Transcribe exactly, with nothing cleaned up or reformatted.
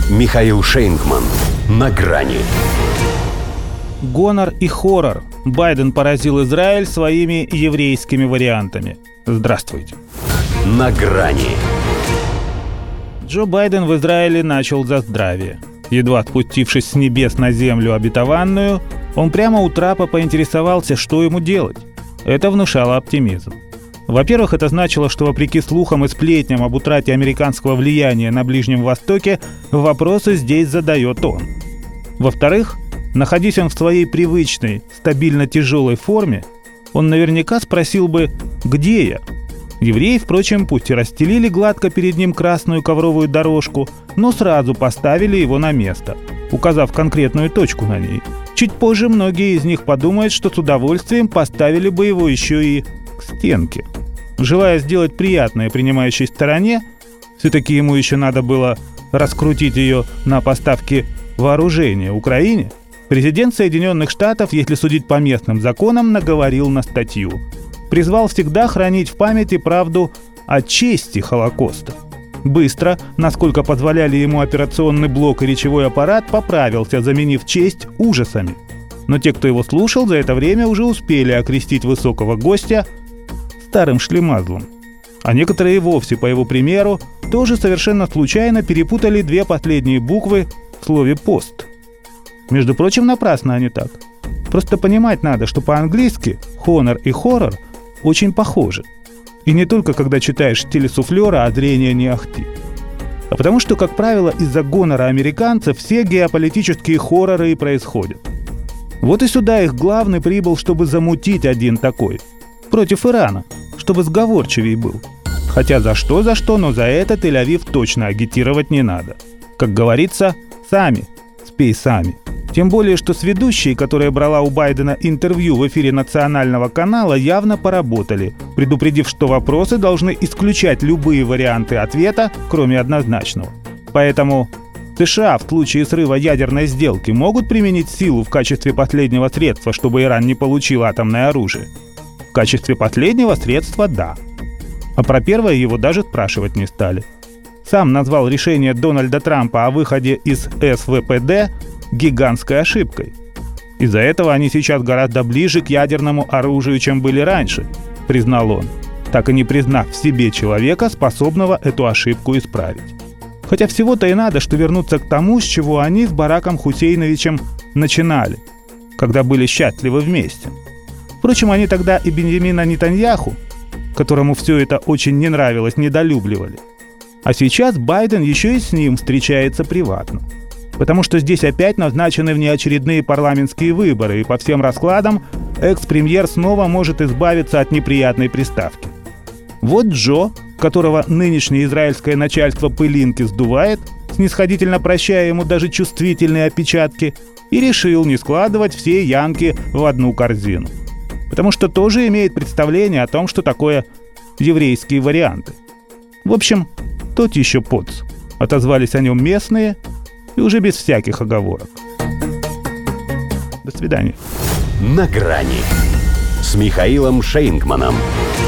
Михаил Шейнгман. На грани. Гонор и хоррор. Байден поразил Израиль своими еврейскими вариантами. Здравствуйте. На грани. Джо Байден в Израиле начал за здравие. Едва спустившись с небес на землю обетованную, он прямо у трапа поинтересовался, что ему делать. Это внушало оптимизм. Во-первых, это значило, что вопреки слухам и сплетням об утрате американского влияния на Ближнем Востоке, вопросы здесь задает он. Во-вторых, находясь он в своей привычной, стабильно тяжелой форме, он наверняка спросил бы «Где я?». Евреи, впрочем, пусть и расстелили гладко перед ним красную ковровую дорожку, но сразу поставили его на место, указав конкретную точку на ней. Чуть позже многие из них подумают, что с удовольствием поставили бы его еще и к стенке. Желая сделать приятное принимающей стороне, все-таки ему еще надо было раскрутить ее на поставки вооружения Украине, президент Соединенных Штатов, если судить по местным законам, наговорил на статью. Призвал всегда хранить в памяти правду о чести Холокоста. Быстро, насколько позволяли ему операционный блок и речевой аппарат, поправился, заменив честь ужасами. Но те, кто его слушал, за это время уже успели окрестить высокого гостя старым шлемазлом. А некоторые вовсе, по его примеру, тоже совершенно случайно перепутали две последние буквы в слове «пост». Между прочим, напрасно они так. Просто понимать надо, что по-английски «хонор» и «хоррор» очень похожи. И не только когда читаешь телесуфлера, а зрение не ахти. А потому что, как правило, из-за гонора американцев все геополитические хорроры и происходят. Вот и сюда их главный прибыл, чтобы замутить один такой. Против Ирана, чтобы сговорчивей был. Хотя за что, за что, но за это Тель-Авив точно агитировать не надо. Как говорится, сами, спей сами. Тем более, что с ведущей, которая брала у Байдена интервью в эфире национального канала, явно поработали, предупредив, что вопросы должны исключать любые варианты ответа, кроме однозначного. Поэтому США в случае срыва ядерной сделки могут применить силу в качестве последнего средства, чтобы Иран не получил атомное оружие. В качестве последнего средства – да. А про первое его даже спрашивать не стали. Сам назвал решение Дональда Трампа о выходе из эс вэ пэ дэ гигантской ошибкой. Из-за этого они сейчас гораздо ближе к ядерному оружию, чем были раньше, признал он, так и не признав в себе человека, способного эту ошибку исправить. Хотя всего-то и надо, что вернуться к тому, с чего они с Бараком Хусейновичем начинали, когда были счастливы вместе. Впрочем, они тогда и Беньямина Нетаньяху, которому все это очень не нравилось, недолюбливали. А сейчас Байден еще и с ним встречается приватно. Потому что здесь опять назначены внеочередные парламентские выборы, и по всем раскладам экс-премьер снова может избавиться от неприятной приставки. Вот Джо, которого нынешнее израильское начальство пылинки сдувает, снисходительно прощая ему даже чувствительные опечатки, и решил не складывать все янки в одну корзину. Потому что тоже имеет представление о том, что такое еврейские варианты. В общем, тот еще поц. Отозвались о нем местные, и уже без всяких оговорок. До свидания. На грани с Михаилом Шейнгманом.